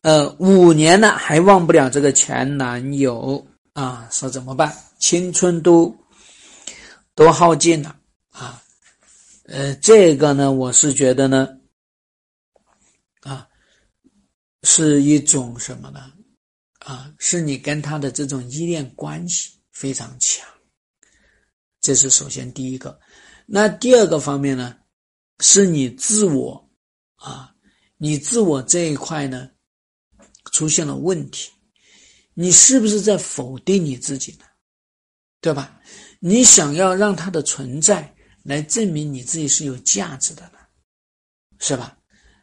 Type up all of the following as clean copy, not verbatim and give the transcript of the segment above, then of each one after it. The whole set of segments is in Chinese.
5年了还忘不了这个前男友啊，说怎么办？青春都耗尽了啊。这个呢，我是觉得呢，是一种什么呢？是你跟他的这种依恋关系非常强，这是首先第一个。那第二个方面呢，是你自我你自我这一块呢出现了问题，你是不是在否定你自己呢？对吧？你想要让它的存在来证明你自己是有价值的呢，是吧？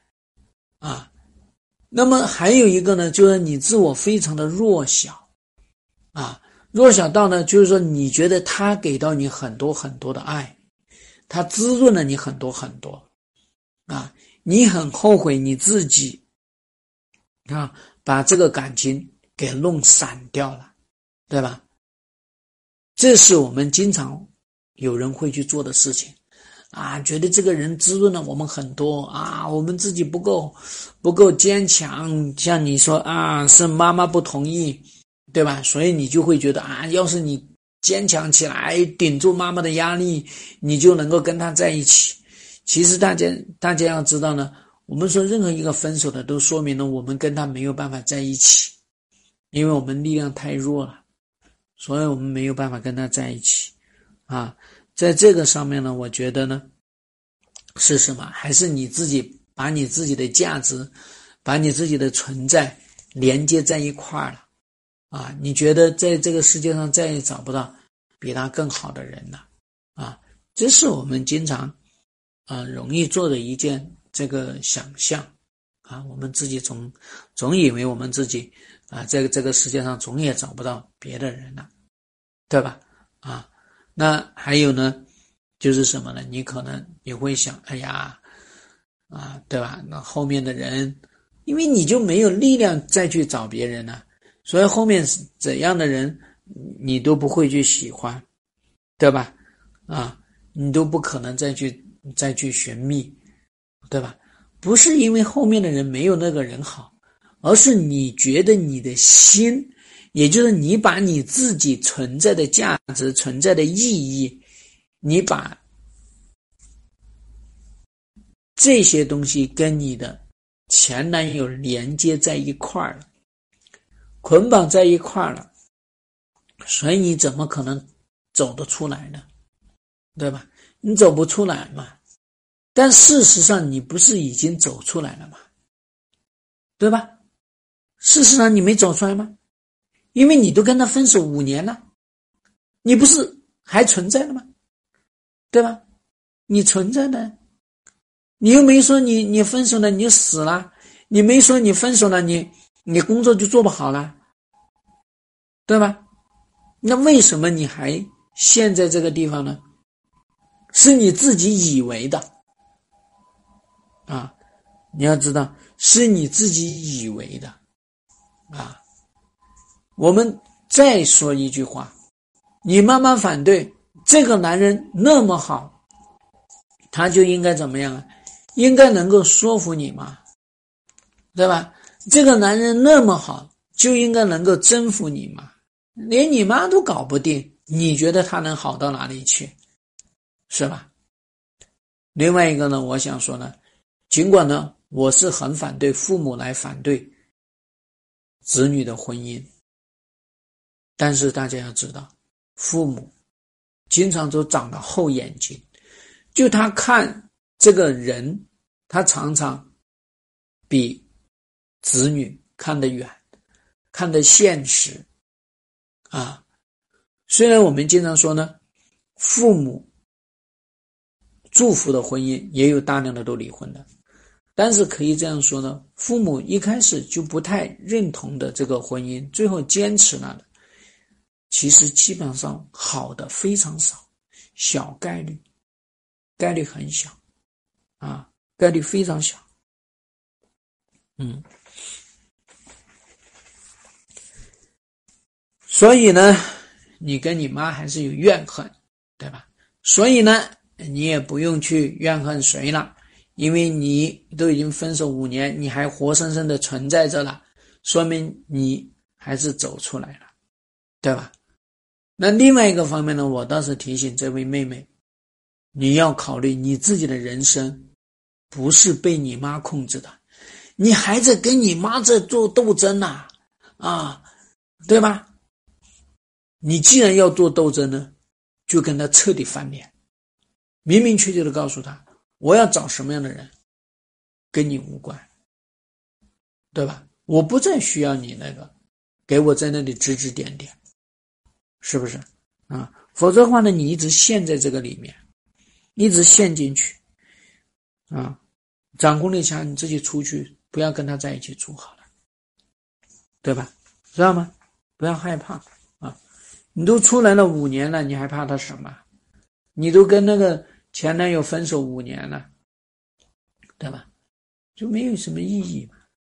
那么还有一个呢，就是你自我非常的弱小弱小到呢，就是说你觉得他给到你很多很多的爱，他滋润了你很多很多你很后悔你自己把这个感情给弄散掉了，对吧？这是我们经常有人会去做的事情觉得这个人滋润了我们很多我们自己不够坚强，像你说是妈妈不同意，对吧？所以你就会觉得要是你坚强起来顶住妈妈的压力，你就能够跟他在一起。其实大家要知道呢，我们说任何一个分手的都说明了我们跟他没有办法在一起，因为我们力量太弱了，所以我们没有办法跟他在一起在这个上面呢，我觉得呢是什么？还是你自己把你自己的价值，把你自己的存在连接在一块儿了你觉得在这个世界上再也找不到比他更好的人了这是我们经常容易做的一件这个想象我们自己总以为我们自己在这个世界上总也找不到别的人了，对吧？那还有呢，就是什么呢？你可能你会想，对吧？那后面的人，因为你就没有力量再去找别人了，所以后面怎样的人你都不会去喜欢，对吧？你都不可能再去寻觅，对吧？不是因为后面的人没有那个人好，而是你觉得你的心，也就是你把你自己存在的价值、存在的意义，你把这些东西跟你的前男友连接在一块儿了，捆绑在一块儿了，所以你怎么可能走得出来呢？对吧？你走不出来嘛。但事实上你不是已经走出来了吗？对吧？事实上你没走出来吗？因为你都跟他分手5年了，你不是还存在了吗？对吧？你存在的，你又没说你分手了你就死了，你没说你分手了你工作就做不好了，对吧？那为什么你还陷在这个地方呢？是你自己以为的你要知道是你自己以为的我们再说一句话，你慢慢反对这个男人那么好，他就应该怎么样应该能够说服你嘛，对吧？这个男人那么好，就应该能够征服你嘛，连你妈都搞不定，你觉得他能好到哪里去？是吧？另外一个呢，我想说呢，尽管呢我是很反对父母来反对子女的婚姻，但是大家要知道，父母经常都长了厚眼睛，就他看这个人，他常常比子女看得远，看得现实虽然我们经常说呢，父母祝福的婚姻也有大量的都离婚的，但是可以这样说呢，父母一开始就不太认同的这个婚姻，最后坚持了的，其实基本上好的非常少，小概率，概率很小概率非常小所以呢你跟你妈还是有怨恨，对吧？所以呢你也不用去怨恨谁了，因为你都已经分手5年，你还活生生的存在着了， 说明你还是走出来了，对吧？那另外一个方面呢，我倒是提醒这位妹妹，你要考虑你自己的人生不是被你妈控制的，你还在跟你妈在做斗争啊，对吧？你既然要做斗争呢，就跟她彻底翻脸，明明确确的告诉她，我要找什么样的人跟你无关，对吧？我不再需要你那个给我在那里指指点点，是不是啊？否则的话呢，你一直陷在这个里面，一直陷进去啊，掌控力强，你自己出去，不要跟他在一起住好了，对吧？知道吗？不要害怕啊！你都出来了5年了，你还怕他什么？你都跟那个前男友分手5年了，对吧？就没有什么意义嘛。